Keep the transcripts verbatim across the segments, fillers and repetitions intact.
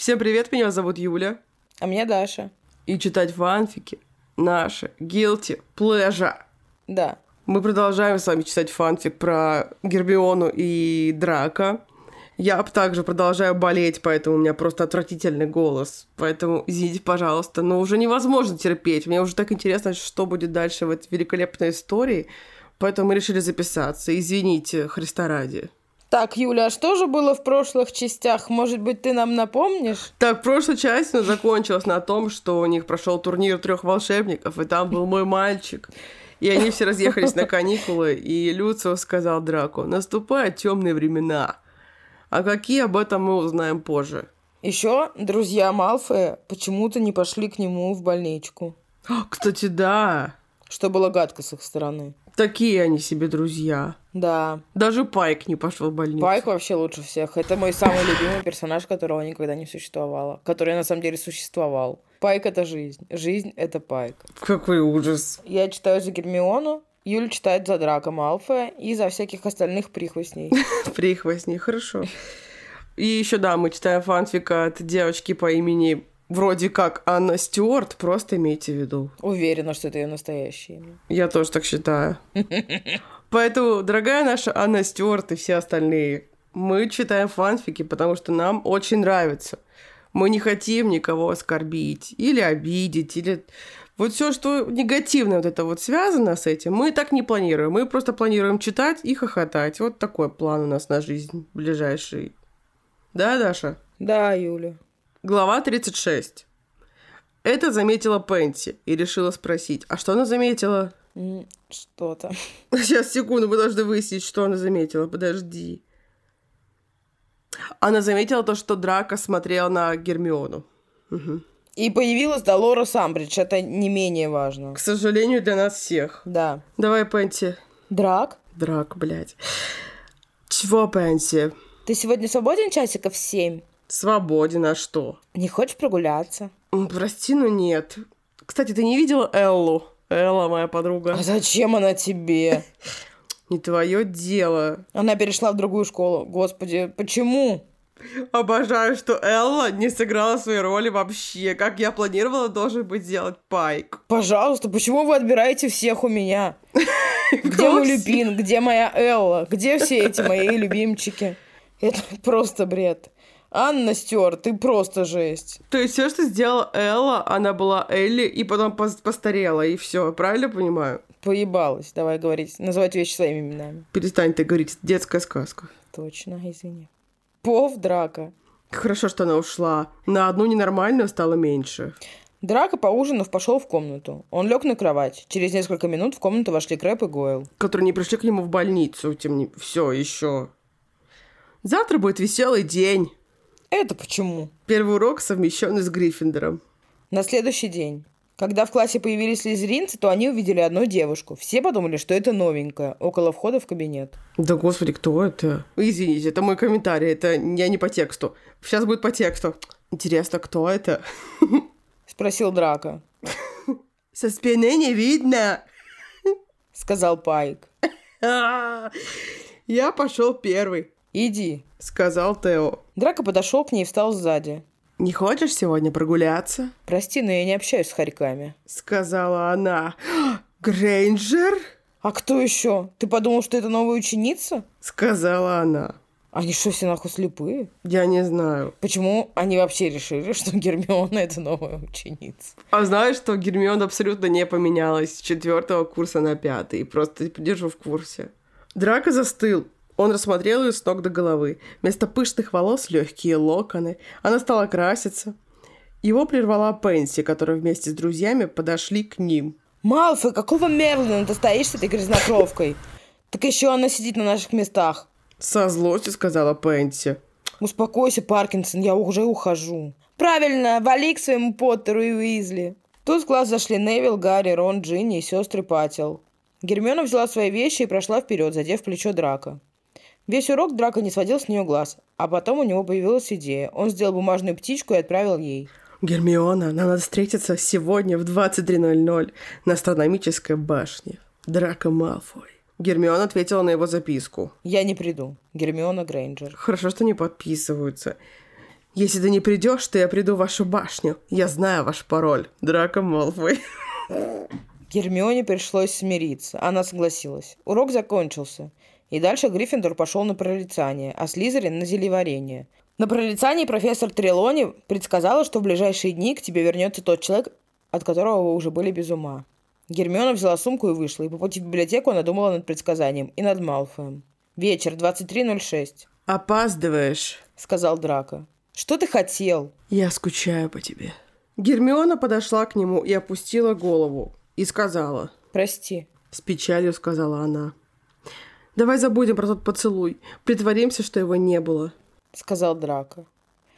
Всем привет, меня зовут Юля. А меня Даша. И читать фанфики наши guilty pleasure. Да. Мы продолжаем с вами читать фанфик про Гермиону и Драко. Я также продолжаю болеть, поэтому у меня просто отвратительный голос. Поэтому извините, пожалуйста, но уже невозможно терпеть. Мне уже так интересно, что будет дальше в этой великолепной истории. Поэтому мы решили записаться. Извините, Христа ради. Так, Юля, а что же было в прошлых частях? Может быть, ты нам напомнишь? Так, прошлая часть ну, закончилась на том, что у них прошел турнир трех волшебников, и там был мой мальчик. И они все разъехались на каникулы, и Люциус сказал Драко: наступают темные времена. А какие, об этом мы узнаем позже. Еще друзья Малфоя почему-то не пошли к нему в больничку. Кстати, да. Что было гадко с их стороны. Такие они себе друзья. Да. Даже Пайк не пошел в больницу. Пайк вообще лучше всех. Это мой самый любимый персонаж, которого никогда не существовало. Который на самом деле существовал. Пайк — это жизнь. Жизнь — это Пайк. Какой ужас. Я читаю за Гермиону, Юля читает за Драко Малфоя и за всяких остальных прихвостней. Прихвостней, хорошо. И еще, да, мы читаем фанфик от девочки по имени... Вроде как Анна Стюарт, просто имейте в виду. Уверена, что это ее настоящее имя. Я тоже так считаю. Поэтому, дорогая наша Анна Стюарт и все остальные, мы читаем фанфики, потому что нам очень нравится. Мы не хотим никого оскорбить или обидеть, или... Вот все, что негативное вот это вот связано с этим, мы так не планируем. Мы просто планируем читать и хохотать. Вот такой план у нас на жизнь ближайший. Да, Даша? Да, Юля. Глава тридцать шесть. Это заметила Пенси и решила спросить, а что она заметила? Что-то. Сейчас, секунду, мы должны выяснить, что она заметила. Подожди. Она заметила то, что Драко смотрел на Гермиону. Угу. И появилась Долорес Амбридж. Это не менее важно. К сожалению, для нас всех. Да. Давай, Пенси. Драк? Драк, блядь. Чего, Пенси? Ты сегодня свободен часиков в семь? Свободен, а что? Не хочешь прогуляться? Прости, но нет. Кстати, ты не видела Эллу? Элла, моя подруга. А зачем она тебе? Не твое дело. Она перешла в другую школу. Господи, почему? Обожаю, что Элла не сыграла своей роли вообще. Как я планировала, должен быть сделать Пайк. Пожалуйста, почему вы отбираете всех у меня? Где мой Люпин? Где моя Элла? Где все эти мои любимчики? Это просто бред. Анна Стюарт, ты просто жесть. То есть все, что сделала Элла, она была Элли и потом постарела, и все, правильно понимаю? Поебалась, давай говорить, называть вещи своими именами. Перестань ты говорить, детская сказка. Точно, извини. Пов Драко. Хорошо, что она ушла. На одну ненормальную стало меньше. Драко, поужинав, пошел в комнату. Он лег на кровать. Через несколько минут в комнату вошли Крэб и Гойл. Которые не пришли к нему в больницу, тем не... Все, еще. Завтра будет веселый день. Это почему? Первый урок совмещенный с Гриффиндором. На следующий день. Когда в классе появились слизеринцы, то они увидели одну девушку. Все подумали, что это новенькая, около входа в кабинет. Да господи, кто это? Извините, это мой комментарий, это я не по тексту. Сейчас будет по тексту. Интересно, кто это? Спросил Драко. Со спины не видно, сказал Пайк. Я пошел первый. Иди, сказал Тео. Драко подошел к ней и встал сзади. Не хочешь сегодня прогуляться? Прости, но я не общаюсь с хорьками, сказала она. Грейнджер? А кто еще? Ты подумал, что это новая ученица? Сказала она. Они что, все нахуй слепые? Я не знаю. Почему они вообще решили, что Гермиона — это новая ученица? А знаешь, что Гермиона абсолютно не поменялась с четвертого курса на пятый. Просто держу в курсе. Драко застыл. Он рассмотрел ее с ног до головы. Вместо пышных волос легкие локоны. Она стала краситься. Его прервала Пенси, которая вместе с друзьями подошли к ним. «Малфой, какого Мерлина ты стоишь с этой грязнокровкой? Так еще она сидит на наших местах». Со злостью сказала Пенси. «Успокойся, Паркинсон, я уже ухожу». «Правильно, вали к своему Поттеру и Уизли». Тут в класс зашли Невилл, Гарри, Рон, Джинни и сестры Паттил. Гермиона взяла свои вещи и прошла вперед, задев плечо Драко. Весь урок Драко не сводил с нее глаз, а потом у него появилась идея. Он сделал бумажную птичку и отправил ей. «Гермиона, нам надо встретиться сегодня в двадцать три ноль ноль на астрономической башне. Драко Малфой». Гермиона ответила на его записку. «Я не приду. Гермиона Грейнджер». Хорошо, что не подписываются. Если ты не придешь, то я приду в вашу башню. Я знаю ваш пароль. Драко Малфой. Гермионе пришлось смириться. Она согласилась. Урок закончился. И дальше Гриффиндор пошел на прорицание, а Слизерин на зельеварение. На прорицании профессор Трелони предсказала, что в ближайшие дни к тебе вернется тот человек, от которого вы уже были без ума. Гермиона взяла сумку и вышла, и по пути в библиотеку она думала над предсказанием и над Малфоем. Вечер, двадцать три ноль шесть. «Опаздываешь», — сказал Драко. «Что ты хотел?» «Я скучаю по тебе». Гермиона подошла к нему и опустила голову. И сказала. «Прости». С печалью сказала она. «Давай забудем про тот поцелуй. Притворимся, что его не было», — сказал Драко.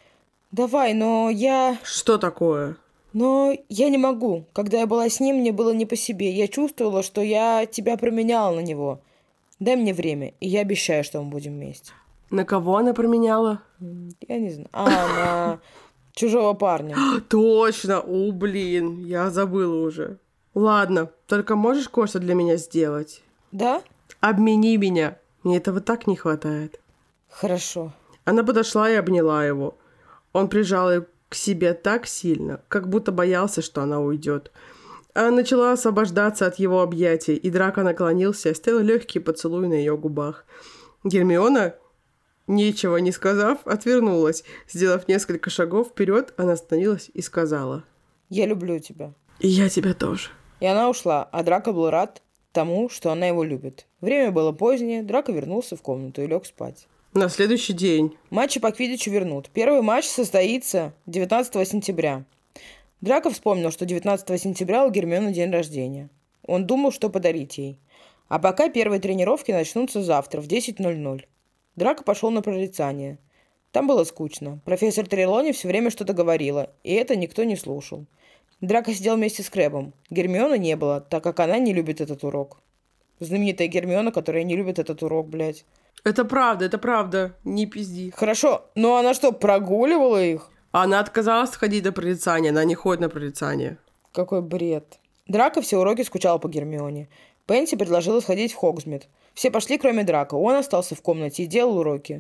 «Давай, но я...» «Что такое?» «Но я не могу. Когда я была с ним, мне было не по себе. Я чувствовала, что я тебя променяла на него. Дай мне время, и я обещаю, что мы будем вместе». «На кого она променяла?» «Я не знаю. А, на чужого парня». «Точно! О, блин, я забыла уже. Ладно, только можешь кое-что для меня сделать?» «Да?» «Обмени меня. Мне этого так не хватает». «Хорошо». Она подошла и обняла его. Он прижал ее к себе так сильно, как будто боялся, что она уйдет. Она начала освобождаться от его объятий, и Драко наклонился и оставил легкий поцелуй на ее губах. Гермиона, ничего не сказав, отвернулась. Сделав несколько шагов вперед, она остановилась и сказала. «Я люблю тебя». «И я тебя тоже». И она ушла, а Драко был рад тому, что она его любит. Время было позднее, Драко вернулся в комнату и лег спать. На следующий день. Матчи по квиддичу вернут. Первый матч состоится девятнадцатого сентября. Драко вспомнил, что девятнадцатого сентября у Гермионы день рождения. Он думал, что подарить ей. А пока первые тренировки начнутся завтра в десять ноль ноль. Драко пошел на прорицание. Там было скучно. Профессор Трелони все время что-то говорила, и это никто не слушал. Драко сидел вместе с Крэбом. Гермионы не было, так как она не любит этот урок. Знаменитая Гермиона, которая не любит этот урок, блядь. Это правда, это правда. Не пизди. Хорошо, но она что, прогуливала их? Она отказалась ходить на прорицание, она не ходит на прорицание. Какой бред. Драко все уроки скучал по Гермионе. Пенси предложила сходить в Хогсмит. Все пошли, кроме Драко. Он остался в комнате и делал уроки.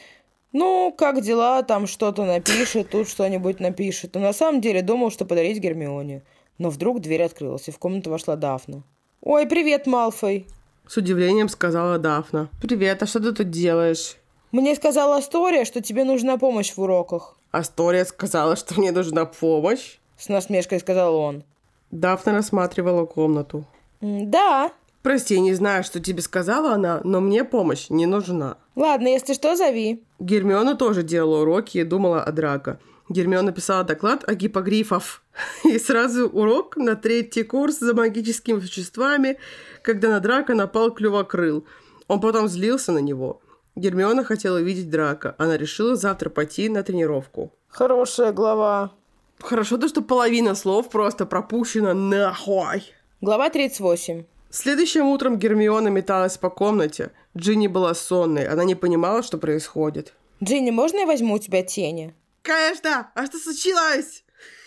Ну, как дела, там что-то напишет, тут что-нибудь напишет. Но на самом деле думал, что подарить Гермионе. Но вдруг дверь открылась, и в комнату вошла Дафна. «Ой, привет, Малфой!» С удивлением сказала Дафна. «Привет, а что ты тут делаешь?» «Мне сказала Астория, что тебе нужна помощь в уроках». «Астория сказала, что мне нужна помощь?» С насмешкой сказал он. Дафна рассматривала комнату. «Да». «Прости, не знаю, что тебе сказала она, но мне помощь не нужна». «Ладно, если что, зови». Гермиона тоже делала уроки и думала о Драко. Гермиона писала доклад о гиппогрифах. И сразу урок на третий курс за магическими существами, когда на Драко напал клювокрыл. Он потом злился на него. Гермиона хотела видеть Драко. Она решила завтра пойти на тренировку. Хорошая глава. Хорошо то, что половина слов просто пропущена нахуй. Глава тридцать восемь. Следующим утром Гермиона металась по комнате. Джинни была сонной. Она не понимала, что происходит. «Джинни, можно я возьму у тебя тени?» «Конечно! А что случилось?»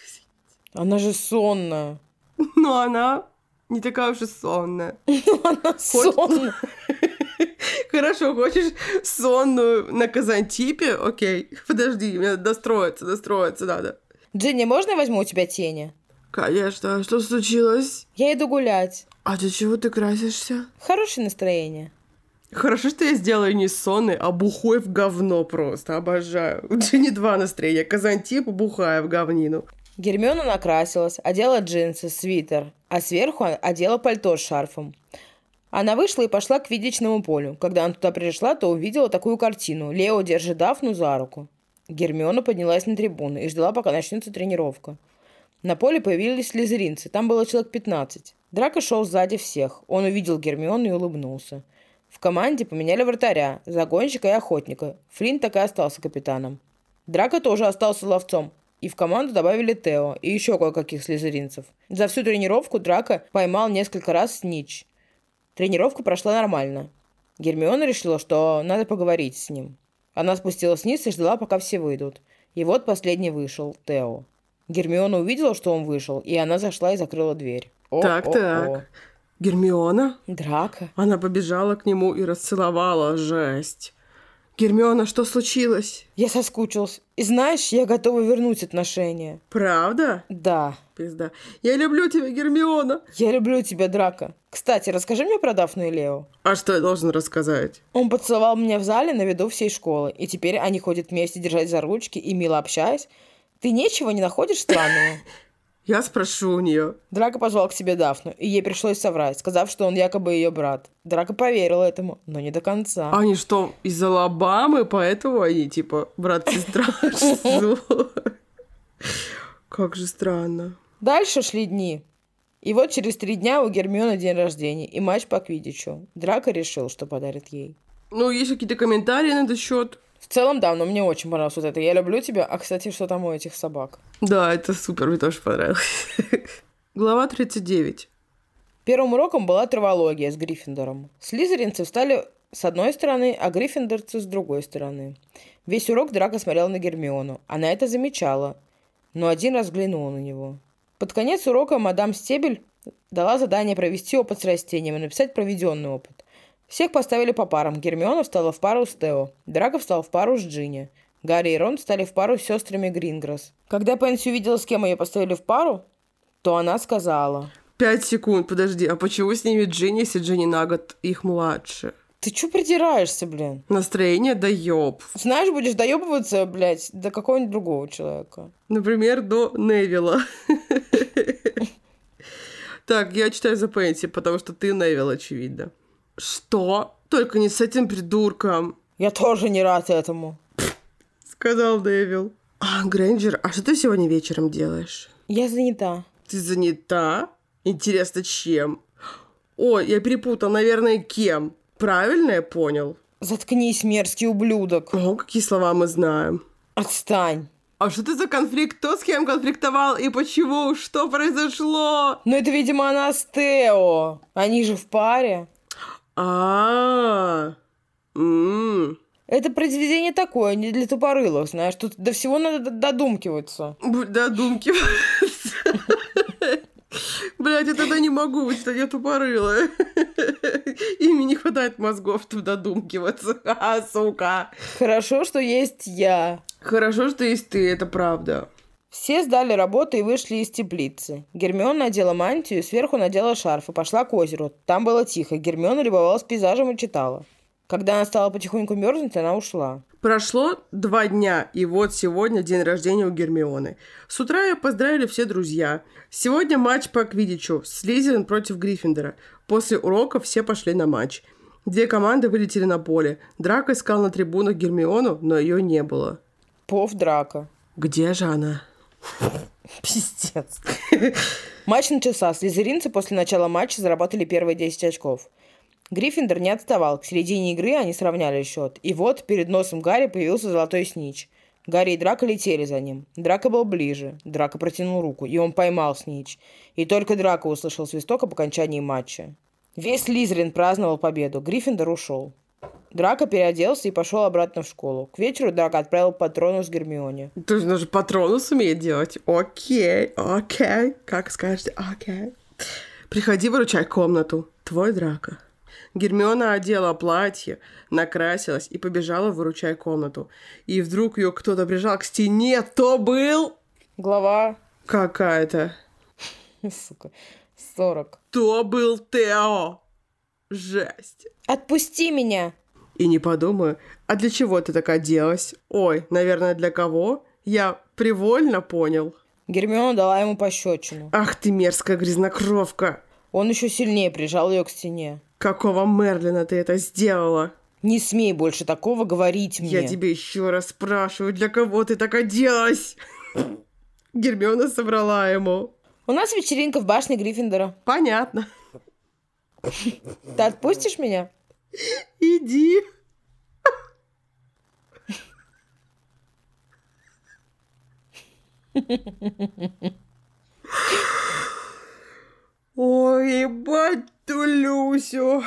Она же сонная. Но она не такая уж и сонная. Она сонная. Хорошо, хочешь сонную на Казантипе? Окей, подожди, мне достроиться, достроиться надо. «Джинни, можно я возьму у тебя тени?» Конечно, что случилось? «Я иду гулять». А для чего ты красишься? Хорошее настроение. Хорошо, что я сделаю не сонный, а бухой в говно просто. Обожаю. У Джинни два настроения. Казантип, бухая в говнину. Гермиона накрасилась, одела джинсы, свитер, а сверху одела пальто с шарфом. Она вышла и пошла к квиддичному полю. Когда она туда пришла, то увидела такую картину. Лео держит Дафну за руку. Гермиона поднялась на трибуну и ждала, пока начнется тренировка. На поле появились слизеринцы. Там было человек пятнадцать. Драко шел сзади всех. Он увидел Гермиону и улыбнулся. В команде поменяли вратаря, загонщика и охотника. Флинт так и остался капитаном. Драко тоже остался ловцом. И в команду добавили Тео и еще кое-каких слизеринцев. За всю тренировку Драко поймал несколько раз снитч. Тренировка прошла нормально. Гермиона решила, что надо поговорить с ним. Она спустилась вниз и ждала, пока все выйдут. И вот последний вышел, Тео. Гермиона увидела, что он вышел, и она зашла и закрыла дверь. Так-так. Гермиона? Драко. Она побежала к нему и расцеловала. Жесть. Гермиона, что случилось? Я соскучилась. И знаешь, я готова вернуть отношения. Правда? Да. Пизда. Я люблю тебя, Гермиона. Я люблю тебя, Драко. Кстати, расскажи мне про Дафну и Лео. А что я должен рассказать? Он поцеловал меня в зале на виду всей школы. И теперь они ходят вместе, держать за ручки и мило общаясь. Ты ничего не находишь странного? Я спрошу у нее. Драко позвал к себе Дафну, и ей пришлось соврать, сказав, что он якобы ее брат. Драко поверил этому, но не до конца. Они что, из Алабамы, поэтому они типа брат-сестра? Как же странно. Дальше шли дни. И вот через три дня у Гермионы день рождения и матч по квиддичу. Драко решил, что подарит ей. Ну, есть какие-то комментарии на этот счет? В целом, да, но мне очень понравилось вот это. Я люблю тебя. А, кстати, что там у этих собак? Да, это супер, мне тоже понравилось. Глава тридцать девять. Первым уроком была травология с Гриффиндором. Слизеринцы встали с одной стороны, а гриффиндорцы с другой стороны. Весь урок Драко смотрел на Гермиону. Она это замечала, но один раз взглянула на него. Под конец урока мадам Стебель дала задание провести опыт с растением и написать проведенный опыт. Всех поставили по парам. Гермиона встала в пару с Тео. Драко встал в пару с Джинни. Гарри и Рон встали в пару с сестрами Гринграсс. Когда Пенси увидела, с кем ее поставили в пару, то она сказала... Пять секунд, подожди, а почему с ними Джинни, если Джинни на год их младше? Ты чё придираешься, блин? Настроение да ёб. Знаешь, будешь доебываться, блядь, до какого-нибудь другого человека. Например, до Невилла. Так, я читаю за Пенси, потому что ты Невилл, очевидно. Что? Только не с этим придурком. Я тоже не рад этому. Сказал Невилл. А, Грейнджер, а что ты сегодня вечером делаешь? Я занята. Ты занята? Интересно, чем? Ой, я перепутал, наверное, кем. Правильно я понял? Заткнись, мерзкий ублюдок. О, какие слова мы знаем. Отстань. А что ты за конфликт? Кто с кем конфликтовал и почему? Что произошло? Ну это, видимо, она с Тео. Они же в паре. А, м. Это произведение такое, не для тупорылых, знаешь. Тут до всего надо додумкиваться. Додумкиваться. Блядь, я тогда не могу, что я тупорылая. Ими не хватает мозгов, чтобы додумкиваться. А, сука. Хорошо, что есть я. Хорошо, что есть ты, это правда. Все сдали работу и вышли из теплицы. Гермиона надела мантию, сверху надела шарф и пошла к озеру. Там было тихо. Гермиона любовалась пейзажем и читала. Когда она стала потихоньку мерзнуть, она ушла. Прошло два дня, и вот сегодня день рождения у Гермионы. С утра ее поздравили все друзья. Сегодня матч по квиддичу. Слизерин против Гриффиндора. После урока все пошли на матч. Две команды вылетели на поле. Драко искал на трибунах Гермиону, но ее не было. Пов Драко. Где же она? Пиздец. Матч начался. Слизеринцы после начала матча заработали первые десять очков. Гриффиндор не отставал. К середине игры они сравняли счет. И вот перед носом Гарри появился золотой снитч. Гарри и Драко летели за ним. Драко был ближе. Драко протянул руку, и он поймал снитч. И только Драко услышал свисток об окончании матча. Весь Слизерин праздновал победу. Гриффиндор ушел. Драко переоделся и пошел обратно в школу. К вечеру Драко отправил Патронус Гермионе. То есть он же Патронус умеет делать? Окей, окей. Как скажете, окей. Приходи, выручай комнату. Твой Драко. Гермиона одела платье, накрасилась и побежала выручай комнату. И вдруг ее кто-то прижал к стене. То был... Глава... Какая-то. Сука. сорок. То был Тео. Жесть. Отпусти меня. И не подумаю, а для чего ты так оделась? Ой, наверное, для кого? Я привольно понял. Гермиона дала ему пощечину. Ах ты мерзкая грязнокровка. Он еще сильнее прижал ее к стене. Какого Мерлина ты это сделала? Не смей больше такого говорить мне. Я тебе еще раз спрашиваю, для кого ты так оделась? Гермиона собрала ему. У нас вечеринка в башне Гриффиндора. Понятно. Ты отпустишь меня? Иди. Ой, ебать ту Люсю.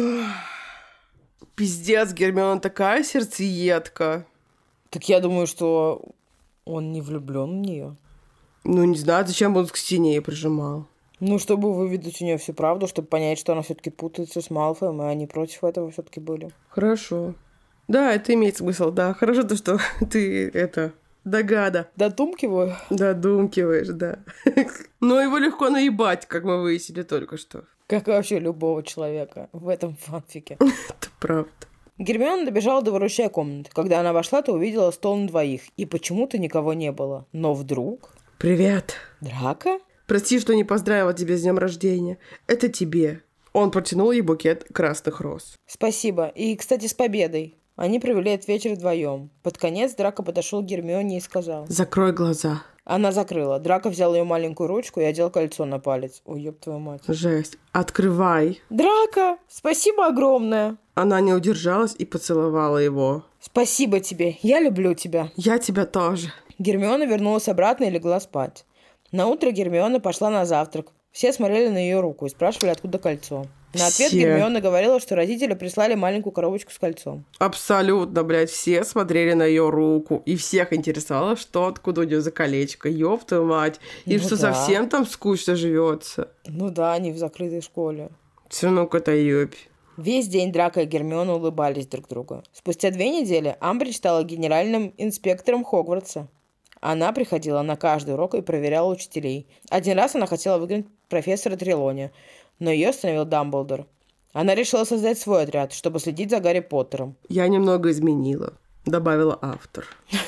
Пиздец, Гермиона такая сердцеедка. Так я думаю, что он не влюблен в нее. Ну, не знаю, зачем он к стене ей прижимал. Ну, чтобы выведать у нее всю правду, чтобы понять, что она все-таки путается с Малфоем, и они против этого все-таки были. Хорошо. Да, это имеет смысл, да. Хорошо то, что ты это... Догада. Додумкиваю? Додумкиваешь, да. Но его легко наебать, как мы выяснили только что. Как вообще любого человека в этом фанфике. Это правда. Гермиона добежала до выручай комнаты. Когда она вошла, то увидела стол на двоих. И почему-то никого не было. Но вдруг... Привет. Драко? Прости, что не поздравила тебя с днем рождения. Это тебе. Он протянул ей букет красных роз. Спасибо. И, кстати, с победой. Они провели этот вечер вдвоем. Под конец Драко подошел к Гермионе и сказал: Закрой глаза. Она закрыла. Драко взял ее маленькую ручку и одел кольцо на палец. Ой, ёб твою мать. Жесть. Открывай. Драко, спасибо огромное. Она не удержалась и поцеловала его. Спасибо тебе. Я люблю тебя. Я тебя тоже. Гермиона вернулась обратно и легла спать. На утро Гермиона пошла на завтрак. Все смотрели на ее руку и спрашивали, откуда кольцо. На ответ Все. Гермиона говорила, что родители прислали маленькую коробочку с кольцом. Абсолютно, блядь, все смотрели на ее руку. И всех интересовало, что откуда у нее за колечко. Ёб твою мать. И Ну что да. совсем там скучно живется. Ну да, они в закрытой школе. Все равно какая-то ёбь. Весь день Драко и Гермиона улыбались друг другу. Спустя две недели Амбридж стала генеральным инспектором Хогвартса. Она приходила на каждый урок и проверяла учителей. Один раз она хотела выгнать профессора Трелони, но ее остановил Дамблдор. Она решила создать свой отряд, чтобы следить за Гарри Поттером. Я немного изменила, добавила автор.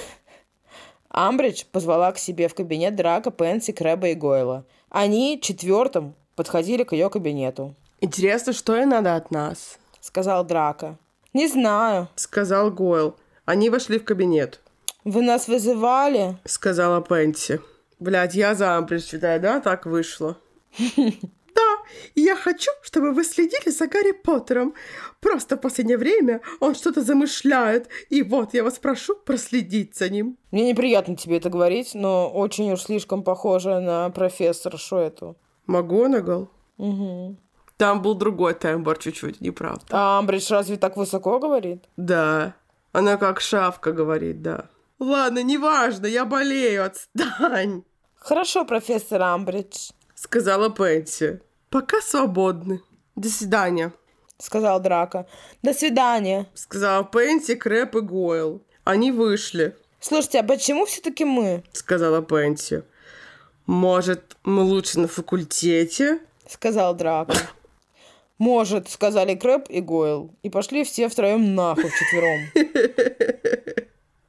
Амбридж позвала к себе в кабинет Драко, Пенси, Крэба и Гойла. Они четвертым подходили к ее кабинету. Интересно, что ей надо от нас? Сказал Драко. Не знаю. Сказал Гойл. Они вошли в кабинет. Вы нас вызывали? Сказала Пенси. Блядь, я за Амбридж считаю, да? Так вышло. Да, я хочу, чтобы вы следили за Гарри Поттером. Просто в последнее время он что-то замышляет. И вот я вас прошу проследить за ним. Мне неприятно тебе это говорить, но очень уж слишком похоже на профессоршу эту. МакГонагал? Угу. Там был другой тембр чуть-чуть, неправда. А Амбридж разве так высоко говорит? Да, она как шавка говорит, да. Ладно, неважно, я болею, отстань. Хорошо, профессор Амбридж. Сказала Пенси. Пока свободны. До свидания. Сказал Драко. До свидания. Сказала Пенси, Крэб и Гойл. Они вышли. Слушайте, а почему все-таки мы? Сказала Пенси. Может, мы лучше на факультете? Сказал Драко. Может, сказали Крэб и Гойл. И пошли все втроем нахуй вчетвером.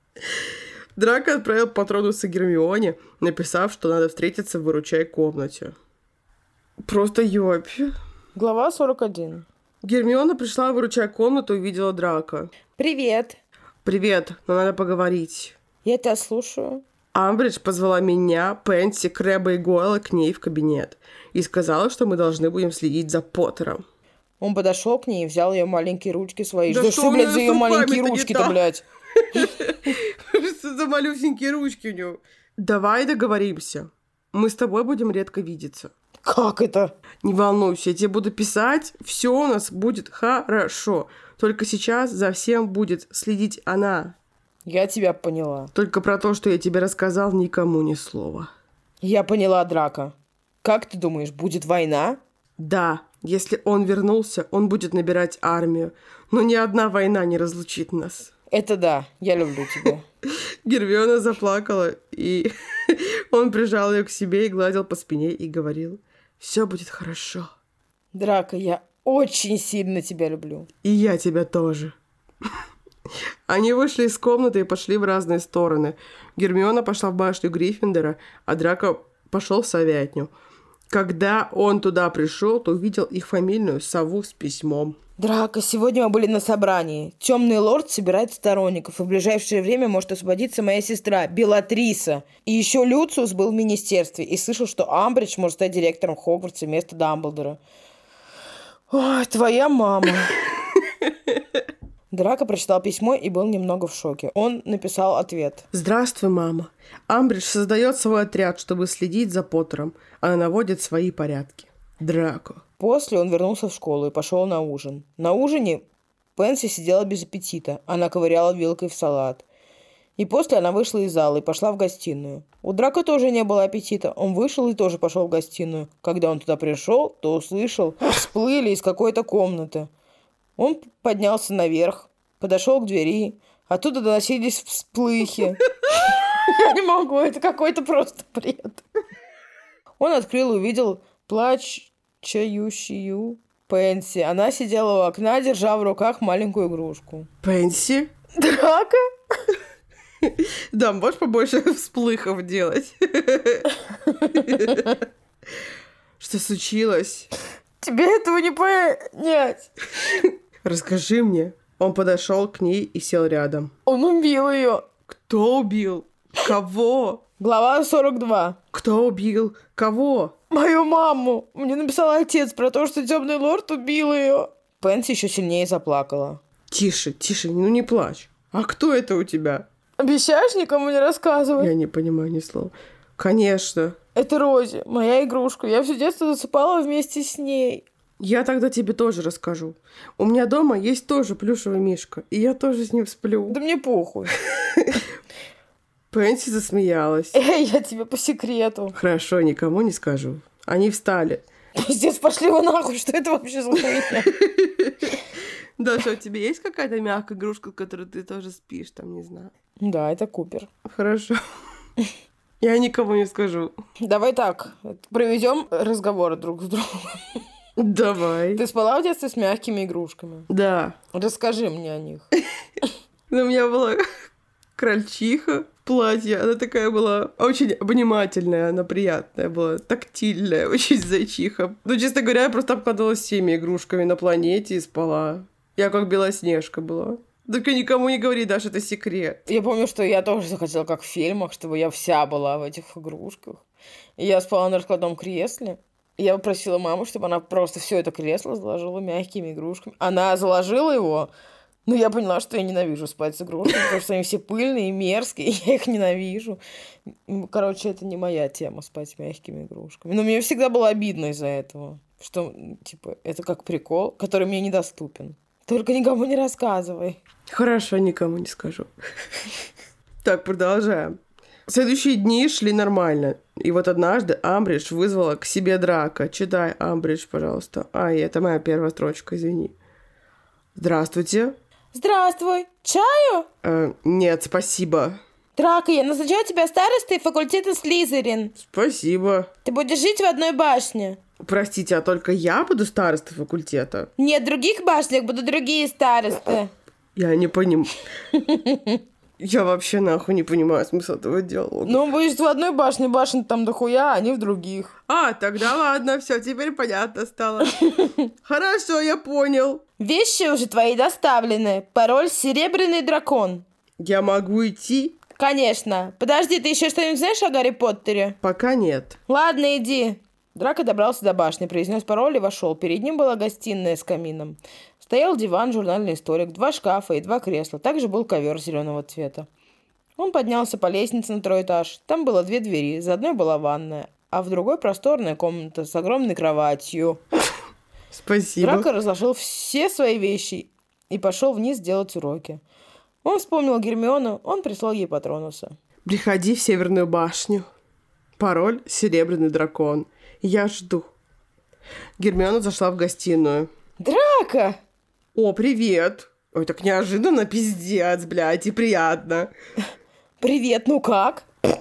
Драко отправил Патронуса Гермионе, написав, что надо встретиться в выручай комнате. Просто ёбь. Глава сорок один. Гермиона пришла в выручай комнату и увидела Драко. Привет. Привет, но надо поговорить. Я тебя слушаю. Амбридж позвала меня, Пенси, Крэба и Гойла к ней в кабинет и сказала, что мы должны будем следить за Поттером. Он подошел к ней и взял ее маленькие ручки свои. Да Да что что, у блядь, неё за с ее маленькие руками-то не ручки-то, так? блядь? Что за малюсенькие ручки у него? Давай договоримся. Мы с тобой будем редко видеться. Как это? Не волнуйся, я тебе буду писать, все у нас будет хорошо. Только сейчас за всем будет следить она. Я тебя поняла. Только про то, что я тебе рассказал, никому ни слова. Я поняла, Драко. Как ты думаешь, будет война? Да, если он вернулся, он будет набирать армию. Но ни одна война не разлучит нас. Это да, я люблю тебя. Гермиона заплакала, и он прижал ее к себе и гладил по спине и говорил: «Все будет хорошо». Драко, я очень сильно тебя люблю. И я тебя тоже. Они вышли из комнаты и пошли в разные стороны. Гермиона пошла в башню Гриффиндора, а Драко пошел в совятню. Когда он туда пришел, то увидел их фамильную сову с письмом. Драко, сегодня мы были на собрании. Темный лорд собирает сторонников, и в ближайшее время может освободиться моя сестра, Белатриса. И еще Люциус был в министерстве и слышал, что Амбридж может стать директором Хогвартса вместо Дамблдора. Ой, твоя мама. Драко прочитал письмо и был немного в шоке. Он написал ответ. «Здравствуй, мама. Амбридж создает свой отряд, чтобы следить за Поттером. Она наводит свои порядки. Драко». После он вернулся в школу и пошел на ужин. На ужине Пенси сидела без аппетита. Она ковыряла вилкой в салат. И после она вышла из зала и пошла в гостиную. У Драко тоже не было аппетита. Он вышел и тоже пошел в гостиную. Когда он туда пришел, то услышал, всплыли из какой-то комнаты. Он поднялся наверх, Подошел к двери. Оттуда доносились всплыхи. Я не могу, это какой-то просто бред. Он открыл и увидел плачущую Пенси. Она сидела у окна, держа в руках маленькую игрушку. Пенси? Драка? Да, можешь побольше всплыхов делать? Что случилось? Тебе этого не понять. Расскажи мне. Он подошел к ней и сел рядом. Он убил ее. Кто убил? Кого? Глава сорок два. Кто убил? Кого? Мою маму. Мне написал отец про то, что темный лорд убил ее. Пенси еще сильнее заплакала. Тише, тише, ну не плачь. А кто это у тебя? Обещаешь никому не рассказывать? Я не понимаю ни слова. Конечно. Это Рози, моя игрушка. Я все детство засыпала вместе с ней. Я тогда тебе тоже расскажу. У меня дома есть тоже плюшевый мишка, и я тоже с ним сплю. Да мне похуй. Пенси засмеялась. Эй, я тебе по секрету. Хорошо, никому не скажу. Они встали. Пиздец, пошли вы нахуй, что это вообще за хуйня? Да, что, у тебя есть какая-то мягкая игрушка, в которой ты тоже спишь, там, не знаю? Да, это Купер. Хорошо. Я никому не скажу. Давай так, проведем разговоры друг с другом. Давай. Ты спала в детстве с мягкими игрушками? Да. Расскажи мне о них. У меня была крольчиха, платье. Она такая была очень обнимательная, она приятная была, тактильная, очень зайчиха. Ну, честно говоря, я просто обкладывалась всеми игрушками на планете и спала. Я как Белоснежка была. Только никому не говори, Даша, это секрет. Я помню, что я тоже захотела, как в фильмах, чтобы я вся была в этих игрушках. И я спала на раскладном кресле. Я попросила маму, чтобы она просто все это кресло заложила мягкими игрушками. Она заложила его, но я поняла, что я ненавижу спать с игрушками, потому что они все пыльные и мерзкие, и я их ненавижу. Короче, это не моя тема, спать с мягкими игрушками. Но мне всегда было обидно из-за этого, что, типа, это как прикол, который мне недоступен. Только никому не рассказывай. Хорошо, никому не скажу. Так, продолжаем. Следующие дни шли нормально. И вот однажды Амбридж вызвала к себе Драка. Читай, Амбридж, пожалуйста. Ай, это моя первая строчка, извини. Здравствуйте. Здравствуй. Чаю? Э, нет, спасибо. Драко, я назначаю тебя старостой факультета Слизерин. Спасибо. Ты будешь жить в одной башне. Простите, а только я буду старостой факультета? Нет, в других башнях будут другие старосты. Я не понимаю. Я вообще нахуй не понимаю смысл этого диалога. Ну, будешь в одной башне, башен там дохуя, а не в других. А, тогда ладно, все, теперь понятно стало. Хорошо, я понял. Вещи уже твои доставлены. Пароль «Серебряный дракон». Я могу идти? Конечно. Подожди, ты еще что-нибудь знаешь о Гарри Поттере? Пока нет. Ладно, иди. Драко добрался до башни, произнес пароль и вошел. Перед ним была гостиная с камином. Стоял диван, журнальный столик, два шкафа и два кресла. Также был ковер зеленого цвета. Он поднялся по лестнице на второй этаж. Там было две двери. За одной была ванная, а в другой просторная комната с огромной кроватью. Спасибо. Драко разложил все свои вещи и пошел вниз делать уроки. Он вспомнил Гермиону, он прислал ей Патронуса. Приходи в Северную башню. Пароль «Серебряный дракон». Я жду. Гермиона зашла в гостиную. Драко! О, привет! Ой, так неожиданно, пиздец, блядь, и приятно. Привет, ну как?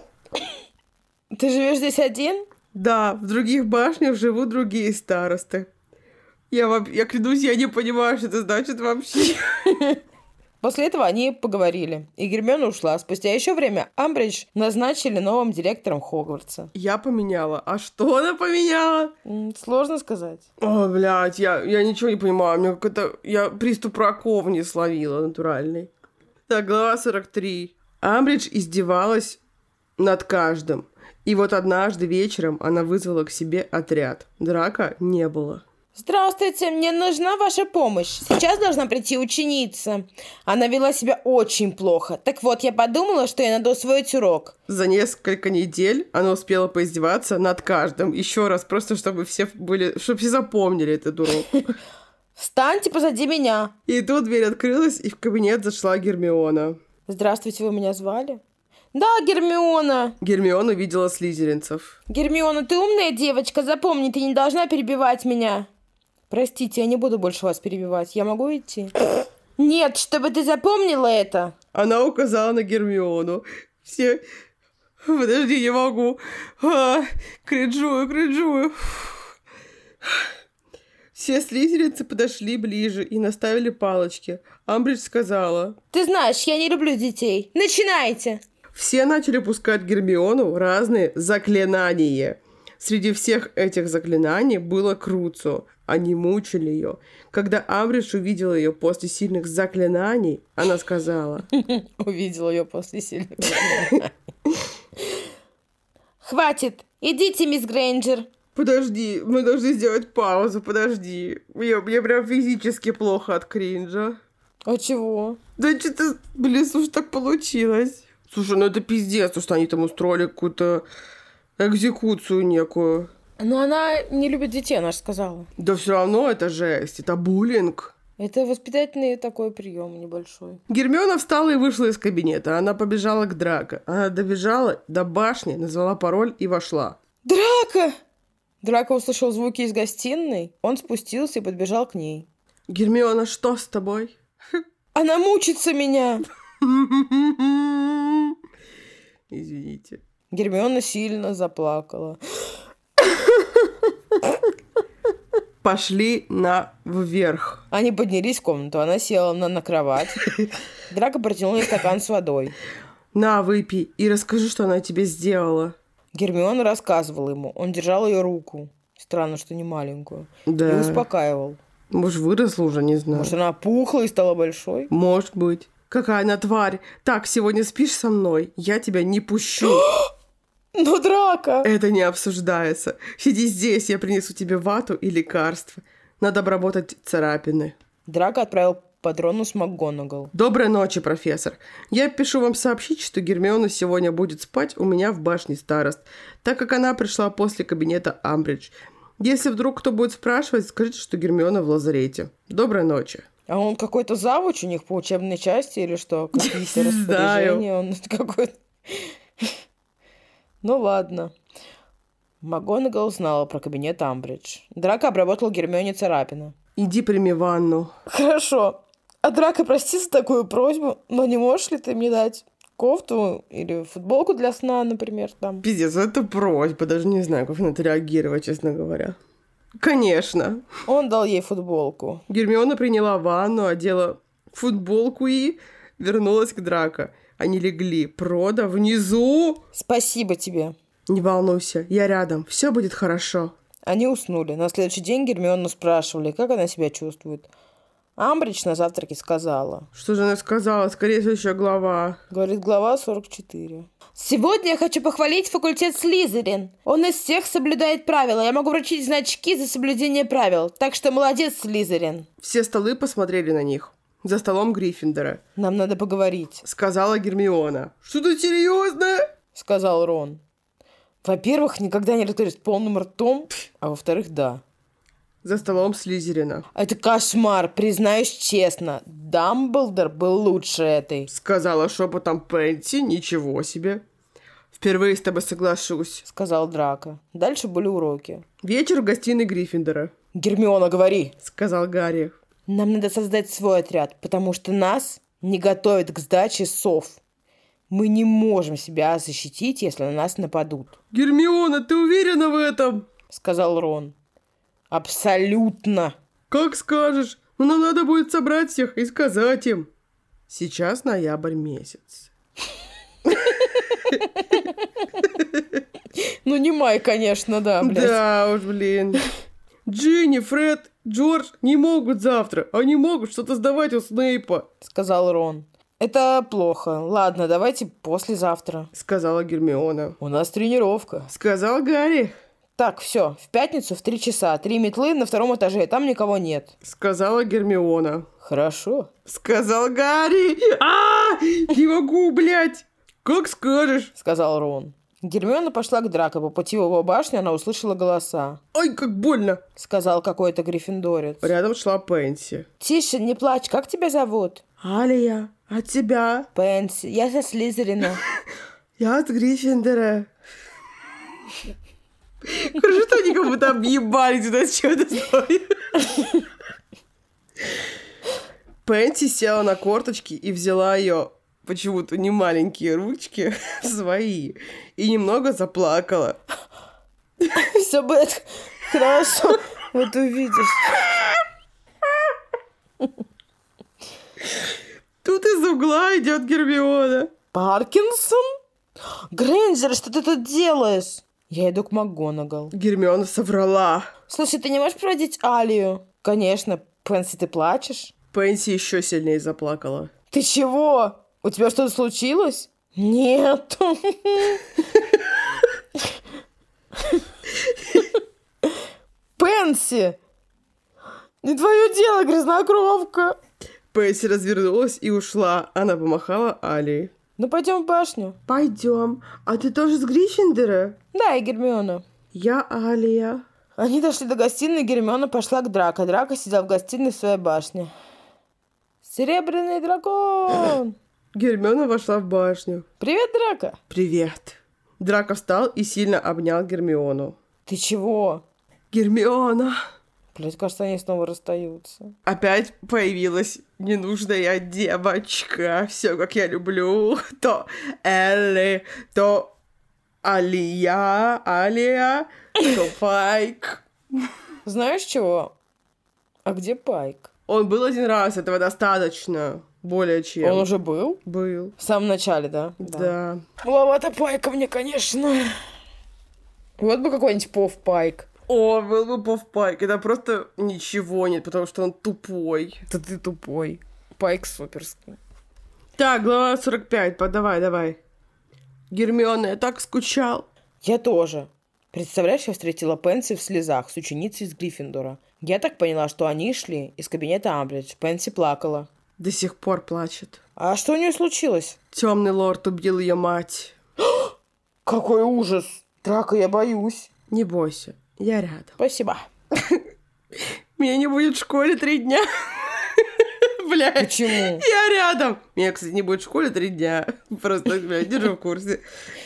Ты живешь здесь один? Да, в других башнях живут другие старосты. Я, я клянусь, я не понимаю, что это значит вообще. После этого они поговорили, и Гермиона ушла. Спустя еще время Амбридж назначили новым директором Хогвартса. Я поменяла. А что она поменяла? М, Сложно сказать. О, блядь, я, я ничего не понимаю. Мне какой-то... Я приступ раковни словила натуральный. Так, глава сорок три. Амбридж издевалась над каждым. И вот однажды вечером она вызвала к себе отряд. Драка не было. Здравствуйте, мне нужна ваша помощь. Сейчас должна прийти ученица. Она вела себя очень плохо. Так вот, я подумала, что ей надо усвоить урок. За несколько недель она успела поиздеваться над каждым. Еще раз, просто чтобы все были, чтобы все запомнили этот урок. Встаньте позади меня. И тут дверь открылась, и в кабинет зашла Гермиона. Здравствуйте, вы меня звали? Да, Гермиона. Гермиона видела слизеринцев. Гермиона, ты умная девочка, запомни, ты не должна перебивать меня. Простите, я не буду больше вас перебивать. Я могу идти? Нет, чтобы ты запомнила это. Она указала на Гермиону. Все... Подожди, не могу. А, кринжую, кринжую. Все слизеринцы подошли ближе и наставили палочки. Амбридж сказала: Ты знаешь, я не люблю детей. Начинайте. Все начали пускать Гермиону разные заклинания. Среди всех этих заклинаний было Круцо. Они мучили ее. Когда Амбридж увидела ее после сильных заклинаний, она сказала... Увидела ее после сильных заклинаний. Хватит. Идите, мисс Грейнджер. Подожди, мы должны сделать паузу, подожди. Мне, мне прям физически плохо от кринжа. А чего? Да что-то, блин, слушай, так получилось. Слушай, ну это пиздец, то, что они там устроили какую-то экзекуцию некую. Но она не любит детей, она же сказала. Да все равно это жесть, это буллинг. Это воспитательный такой прием небольшой. Гермиона встала и вышла из кабинета. Она побежала к Драко. Она добежала до башни, назвала пароль и вошла. Драко! Драко услышал звуки из гостиной. Он спустился и подбежал к ней. Гермиона, что с тобой? Она мучится меня! Извините. Гермиона сильно заплакала. Пошли наверх. Они поднялись в комнату. Она села на, на кровать. Драко протянул ей стакан с водой. На, выпей и расскажи, что она тебе сделала. Гермиона рассказывала ему. Он держал ее руку. Странно, что не маленькую. Да. И успокаивал. Может, выросла уже, не знаю. Может, она опухла и стала большой? Может быть. Какая она тварь. Так, сегодня спишь со мной? Я тебя не пущу. Но Драко! Это не обсуждается. Сиди здесь, я принесу тебе вату и лекарства. Надо обработать царапины. Драко отправил Патронус МакГонагал. Доброй ночи, профессор. Я пишу вам сообщить, что Гермиона сегодня будет спать у меня в башне старост, так как она пришла после кабинета Амбридж. Если вдруг кто будет спрашивать, скажите, что Гермиона в лазарете. Доброй ночи. А он какой-то завуч у них по учебной части или что? Какие-то распоряжения? Он какой-то... Ну ладно. МакГонагал знала про кабинет Амбридж. Драко обработал Гермионе царапину. Иди прими ванну. Хорошо. А Драко, прости за такую просьбу, но не можешь ли ты мне дать кофту или футболку для сна, например, там? Пиздец, это просьба. Даже не знаю, как на это реагировать, честно говоря. Конечно. Он дал ей футболку. Гермиона приняла ванну, одела футболку и вернулась к Драко. Они легли. Прода внизу. Спасибо тебе. Не волнуйся, я рядом. Все будет хорошо. Они уснули. На следующий день Гермиону спрашивали, как она себя чувствует. Амбридж на завтраке сказала. Что же она сказала? Скорее всего, еще глава. Говорит глава сорок четыре. Сегодня я хочу похвалить факультет Слизерин. Он из всех соблюдает правила. Я могу вручить значки за соблюдение правил. Так что молодец, Слизерин. Все столы посмотрели на них. За столом Гриффиндора. Нам надо поговорить, сказала Гермиона. Что-то серьезное? Сказал Рон. Во-первых, никогда не разговаривать с полным ртом, а во-вторых, да. За столом Слизерина. Это кошмар, признаюсь честно. Дамблдор был лучше этой. Сказала шепотом Пенси. Ничего себе. Впервые с тобой соглашусь. Сказал Драко. Дальше были уроки. Вечер в гостиной Гриффиндора. Гермиона, говори. Сказал Гарри. Нам надо создать свой отряд, потому что нас не готовят к сдаче сов. Мы не можем себя защитить, если на нас нападут. Гермиона, ты уверена в этом? Сказал Рон. Абсолютно. Как скажешь. Но нам надо будет собрать всех и сказать им. Сейчас ноябрь месяц. Ну не май, конечно, да, блядь. Да уж, блин. Джинни, Фред, Джордж не могут завтра. Они могут что-то сдавать у Снейпа. Сказал Рон. Это плохо. Ладно, давайте послезавтра. Сказала Гермиона. У нас тренировка. Сказал Гарри. Так, все, в пятницу в три часа. Три метлы на втором этаже, там никого нет. Сказала Гермиона. Хорошо. Сказал Гарри. А, не могу, блядь. Как скажешь. Сказал Рон. Гермиона пошла к Драко. По пути в его башню она услышала голоса. Ой, как больно. Сказал какой-то гриффиндорец. Рядом шла Пенси. Тише, не плачь. Как тебя зовут? Алия. А тебя? Пенси. Я со Слизерина. Я от Гриффиндора. Хорошо, что они как будто объебались, у нас что-то стоит. Пенси села на корточки и взяла ее почему-то не маленькие ручки в свои и немного заплакала. Все будет хорошо, вот увидишь. Тут из угла идет Гермиона. Паркинсон? Грейнджер, что ты тут делаешь? Я иду к МакГонагал. Гермиона соврала. Слушай, ты не можешь проводить Алию? Конечно. Пенси, ты плачешь? Пенси еще сильнее заплакала. Ты чего? У тебя что-то случилось? Нет. Пенси! Не твое дело, грязнокровка. Пенси развернулась и ушла. Она помахала Алии. Ну, пойдем в башню. Пойдем. А ты тоже с Гриффиндора? Да, и Гермиона. Я Алия. Они дошли до гостиной, Гермиона пошла к Драко. Драко сидел в гостиной в своей башне. Серебряный дракон! Гермиона вошла в башню. Привет, Драко! Привет. Драко встал и сильно обнял Гермиону. Ты чего? Гермиона. Блять, кажется, они снова расстаются. Опять появилась ненужная девочка. Все, как я люблю. То Элли, то Алия, Алия, то Пайк. Знаешь чего? А где Пайк? Он был один раз, этого достаточно. Более чем. Он уже был? Был. В самом начале, да? Да. Маловато Пайка мне, конечно. Вот бы какой-нибудь Пов Пайк. О, был бы Пов Пайк. Это просто ничего нет, потому что он тупой. Да ты тупой. Пайк суперский. Так, глава сорок пять. Давай, давай. Гермиона, я так скучал. Я тоже. Представляешь, я встретила Пенси в слезах с ученицей из Гриффиндора. Я так поняла, что они шли из кабинета Амбридж. Пенси плакала. До сих пор плачет. А что у нее случилось? Темный лорд убил ее мать. Какой ужас! Драко, я боюсь. Не бойся, я рядом. Спасибо. Меня не будет в школе три дня. Блядь. Почему? Я рядом. Меня, кстати, не будет в школе три дня. Просто я держу в курсе.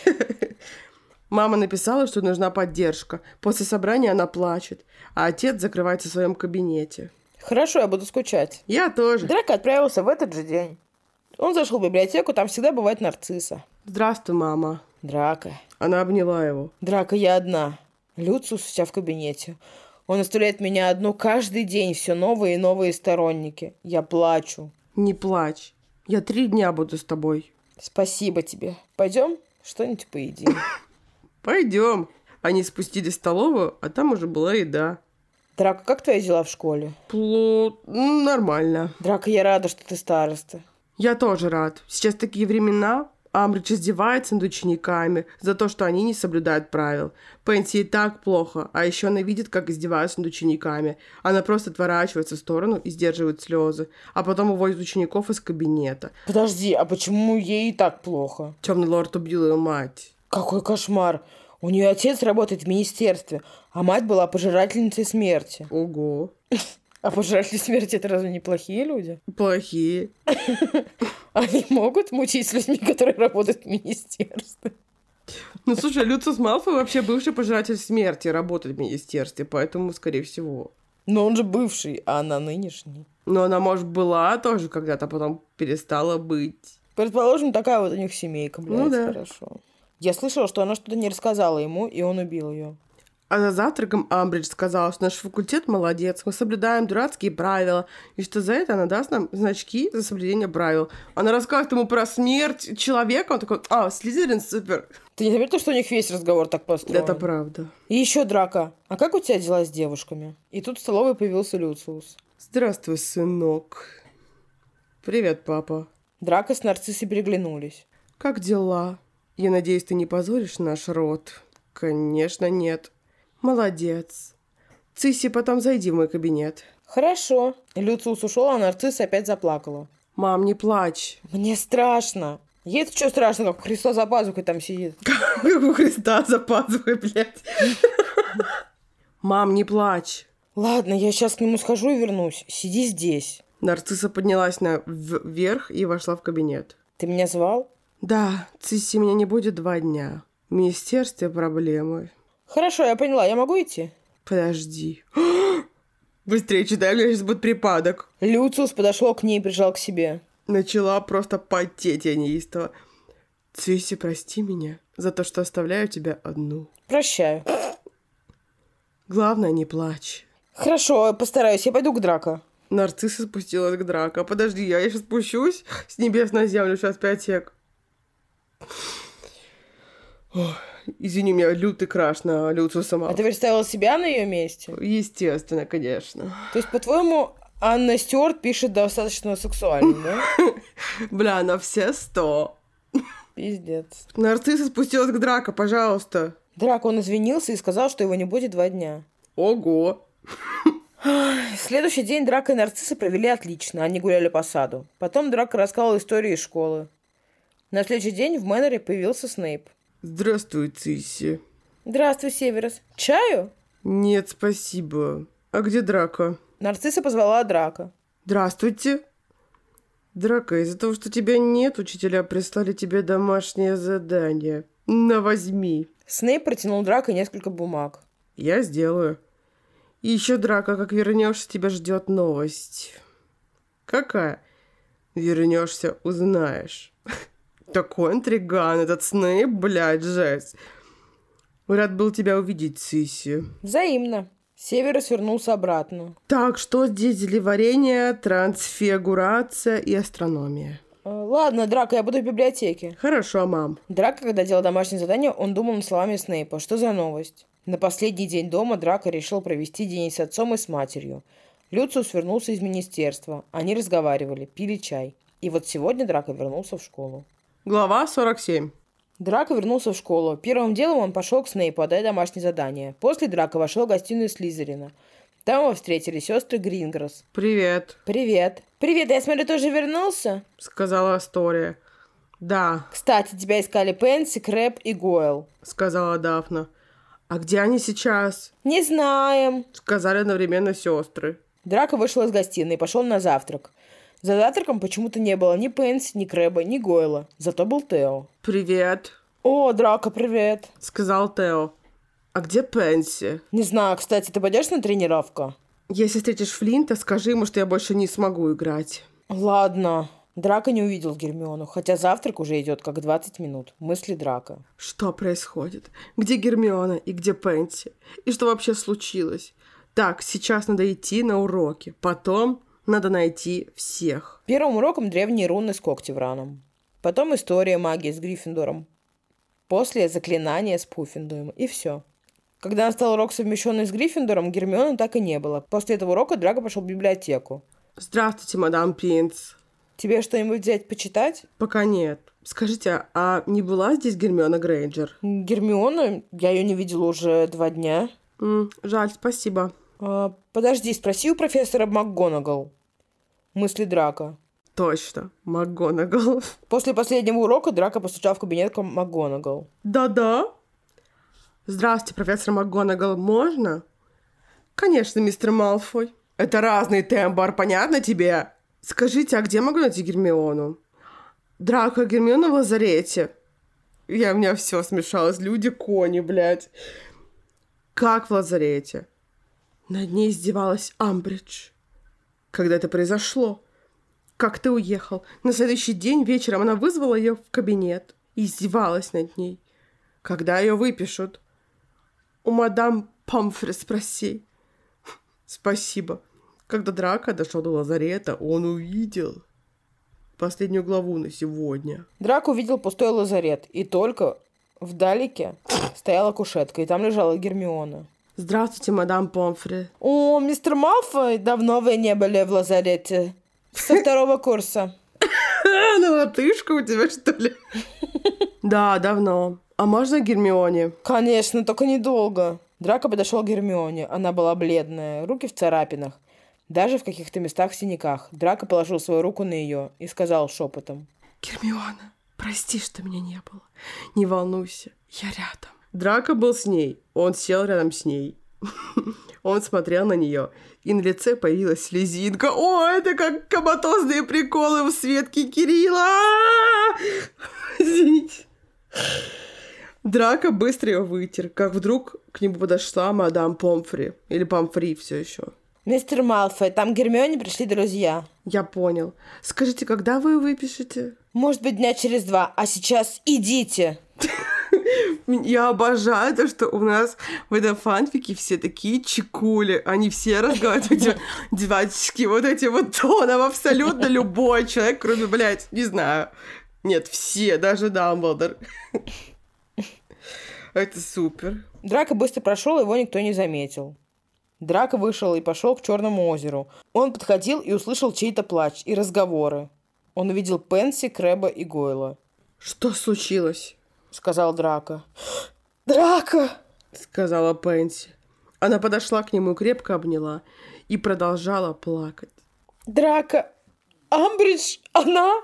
Мама написала, что нужна поддержка. После собрания она плачет, а отец закрывается в своем кабинете. Хорошо, я буду скучать. Я тоже. Драко отправился в этот же день. Он зашел в библиотеку, там всегда бывает нарцисса. Здравствуй, мама. Драко. Она обняла его. Драко, я одна. Люциус у себя в кабинете. Он оставляет меня одну каждый день, все новые и новые сторонники. Я плачу. Не плачь. Я три дня буду с тобой. Спасибо тебе. Пойдем что-нибудь поедим. Пойдем. Они спустились в столовую, а там уже была еда. Драко, как твои дела в школе? Пло... Нормально. Драко, я рада, что ты староста. Я тоже рад. Сейчас такие времена. Амбридж издевается над учениками за то, что они не соблюдают правил. Пенси и так плохо, а еще она видит, как издеваются над учениками. Она просто отворачивается в сторону и сдерживает слезы, а потом уводит учеников из кабинета. Подожди, а почему ей и так плохо? Темный лорд убил ее мать. Какой кошмар. У нее отец работает в министерстве, а мать была пожирательницей смерти. Ого. А пожиратели смерти — это разве не плохие люди? Плохие. Они могут мучить с людьми, которые работают в министерстве? Ну, слушай, Люциус Малфой вообще бывший пожиратель смерти, работает в министерстве, поэтому, скорее всего. Но он же бывший, а она нынешний. Но она, может, была тоже когда-то, потом перестала быть. Предположим, такая вот у них семейка, блядь, Ну да. хорошо. Я слышала, что она что-то не рассказала ему, и он убил ее. А за завтраком Амбридж сказал, что наш факультет молодец, мы соблюдаем дурацкие правила, и что за это она даст нам значки за соблюдение правил. Она рассказывает ему про смерть человека, он такой, а, Слизерин супер. Ты не заметил, что у них весь разговор так построен? Это правда. И еще Драко. А как у тебя дела с девушками? И тут в столовой появился Люциус. Здравствуй, сынок. Привет, папа. Драко с Нарциссой переглянулись. Как дела? Я надеюсь, ты не позоришь наш род? Конечно, нет. Молодец. Цисси, потом зайди в мой кабинет. Хорошо. Люциус ушел, а Нарцисса опять заплакала. Мам, не плачь. Мне страшно. Ей-то что страшно, как Христос за пазухой там сидит. Как у Христа за пазухой, блядь. Мам, не плачь. Ладно, я сейчас к нему схожу и вернусь. Сиди здесь. Нарцисса поднялась наверх и вошла в кабинет. Ты меня звал? Да, Цисси меня не будет два дня. В министерстве проблемы. Хорошо, я поняла. Я могу идти? Подожди. Быстрее читай, у меня сейчас будет припадок. Люциус подошел к ней и прижал к себе. Начала просто потеть я неистово. Цисси, прости меня за то, что оставляю тебя одну. Прощаю. Главное, не плачь. Хорошо, постараюсь, я пойду к Драко. Нарцисса спустилась к Драко. Подожди, я сейчас спущусь с небес на землю, сейчас пять сек. Ох, извини, у меня лютый краш на Люциуса Малфоя. А ты представила себя на ее месте? Естественно, конечно. То есть, по-твоему, Анна Стюарт пишет достаточно сексуально, да? Бля, на все сто. Пиздец. Нарцисса спустилась к Драко, пожалуйста. Драко, он извинился и сказал, что его не будет два дня. Ого. Следующий день Драко и Нарцисса провели отлично. Они гуляли по саду. Потом Драко рассказал историю из школы. На следующий день в Мэноре появился Снейп. Здравствуй, Цисси. Здравствуй, Северус. Чаю? Нет, спасибо. А где Драко? Нарцисса позвала Драко. Здравствуйте. Драко, из-за того, что тебя нет, учителя прислали тебе домашнее задание. На, возьми. Снейп протянул Драко несколько бумаг. Я сделаю. И еще, Драко, как вернешься, тебя ждет новость. Какая? Вернешься, узнаешь. Такой интриган этот Снейп, блядь, жесть. Рад был тебя увидеть, Цисси. Взаимно. Северус вернулся обратно. Так, что здесь зелеварение, трансфигурация и астрономия? Ладно, Драко, я буду в библиотеке. Хорошо, мам. Драко, когда делал домашнее задание, он думал над словами Снейпа. Что за новость? На последний день дома Драко решил провести день с отцом и с матерью. Люциус вернулся из министерства. Они разговаривали, пили чай. И вот сегодня Драко вернулся в школу. Глава сорок семь. Драко вернулся в школу. Первым делом он пошел к Снейпу отдать домашнее задание. После Драко вошел в гостиную Слизерина. Там его встретили сестры Гринграсс. Привет. Привет. Привет, я смотрю, тоже вернулся? Сказала Астория. Да. Кстати, тебя искали Пенси, Крэб и Гойл. Сказала Дафна. А где они сейчас? Не знаем. Сказали одновременно сестры. Драко вышел из гостиной и пошел на завтрак. За завтраком почему-то не было ни Пенси, ни Крэба, ни Гойла. Зато был Тео. Привет. О, Драко, привет. Сказал Тео. А где Пенси? Не знаю, кстати, ты пойдешь на тренировку? Если встретишь Флинта, скажи ему, что я больше не смогу играть. Ладно. Драко не увидел Гермиону, хотя завтрак уже идет как двадцать минут. Мысли Драко. Что происходит? Где Гермиона и где Пенси? И что вообще случилось? Так, сейчас надо идти на уроки. Потом надо найти всех. Первым уроком древние руны с Когтевраном. Потом история магии с Гриффиндором. После заклинания с Пуффендуем. И все. Когда настал урок, совмещенный с Гриффиндором, Гермионы так и не было. После этого урока Драко пошел в библиотеку. Здравствуйте, мадам Пинц. Тебе что-нибудь взять почитать? Пока нет. Скажите, а не была здесь Гермиона Грейнджер? Гермиона? Я ее не видела уже два дня. М, жаль, спасибо. А, подожди, спроси у профессора МакГонагал. Мысли Драко. Точно, МакГонагал. После последнего урока Драко постучал в кабинет к МакГонагал. Да-да. Здравствуйте, профессор МакГонагал, можно? Конечно, мистер Малфой. Это разный тембр, понятно тебе? Скажите, а где могу найти Гермиону? Драко, Гермиона в лазарете. Я, у меня все смешалось. Люди, кони, блядь. Как в лазарете? Над ней издевалась Амбридж. Когда это произошло? Как ты уехал? На следующий день вечером она вызвала ее в кабинет и издевалась над ней. Когда ее выпишут? У мадам Помфри спроси. Спасибо. Когда Драко дошел до лазарета, он увидел последнюю главу на сегодня. Драко увидел пустой лазарет, и только вдалеке стояла кушетка, и там лежала Гермиона. Здравствуйте, мадам Помфри. О, мистер Малфой, давно вы не были в лазарете. Со второго курса. На латышку у тебя, что ли? Да, давно. А можно Гермионе? Конечно, только недолго. Драко подошел к Гермионе. Она была бледная, руки в царапинах. Даже в каких-то местах в синяках. Драко положил свою руку на ее и сказал шепотом. Гермиона, прости, что меня не было. Не волнуйся, я рядом. Драко был с ней. Он сел рядом с ней. Он смотрел на нее, и на лице появилась слезинка. О, это как коматозные приколы в Светке Кирилла. Извините. Драко быстро ее вытер, как вдруг к нему подошла мадам Помфри. Или Помфри все еще. Мистер Малфой, там к Гермионе пришли друзья. Я понял. Скажите, когда вы выпишете? Может быть, дня через два, а сейчас идите. Я обожаю то, что у нас в этом фанфике все такие чекули. Они все разговаривают эти девочки, вот этим вот тоном. Абсолютно любой человек, кроме, блядь, не знаю. Нет, все, даже Дамблдор. Это супер. Драко быстро прошел, его никто не заметил. Драко вышел и пошел к Черному озеру. Он подходил и услышал чей-то плач и разговоры. Он увидел Пенси, Крэба и Гойла. «Что случилось?» — сказал Драко. «Драко!» — сказала Пенси. Она подошла к нему и крепко обняла. И продолжала плакать. «Драко! Амбридж! Она?»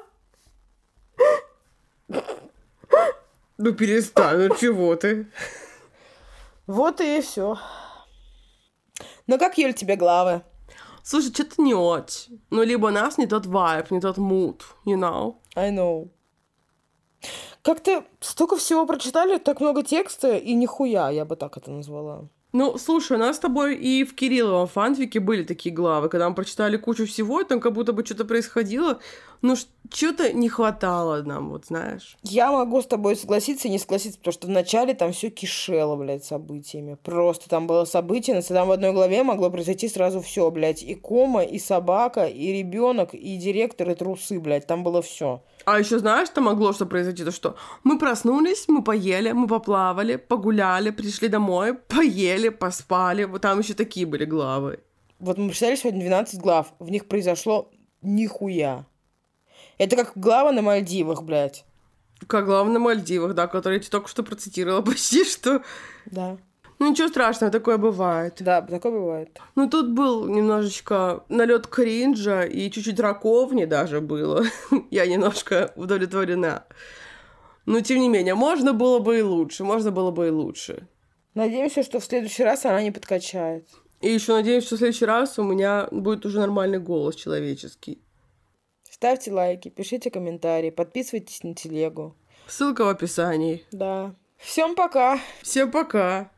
Ну перестань, ну чего ты? Вот и все. Ну как, Юль, тебе главы? Слушай, что-то не очень. Ну, либо у нас не тот вайб, не тот муд, you know? I know. Как-то столько всего прочитали, так много текста, и нихуя, я бы так это назвала. Ну, слушай, у нас с тобой и в Кирилловом фанфике были такие главы, когда мы прочитали кучу всего, и там как будто бы что-то происходило, но что-то не хватало нам, вот знаешь. Я могу с тобой согласиться и не согласиться, потому что вначале там все кишело, блядь, событиями. Просто там было событие, там в одной главе могло произойти сразу все, блядь. И кома, и собака, и ребенок, и директор, и трусы, блядь. Там было все. А еще знаешь, что могло что произойти? То что мы проснулись, мы поели, мы поплавали, погуляли, пришли домой, поели, поспали. Вот там еще такие были главы. Вот мы прочитали сегодня двенадцать глав. В них произошло нихуя. Это как глава на Мальдивах, блядь. Как глава на Мальдивах, да, который я тебе только что процитировала почти что. Да. Ну ничего страшного, такое бывает. Да, такое бывает. Ну тут был немножечко налет кринжа и чуть-чуть раковни даже было. Я немножко удовлетворена. Но тем не менее, можно было бы и лучше, можно было бы и лучше. Надеемся, что в следующий раз она не подкачает. И еще надеюсь, что в следующий раз у меня будет уже нормальный голос человеческий. Ставьте лайки, пишите комментарии, подписывайтесь на телегу. Ссылка в описании. Да. Всем пока. Всем пока.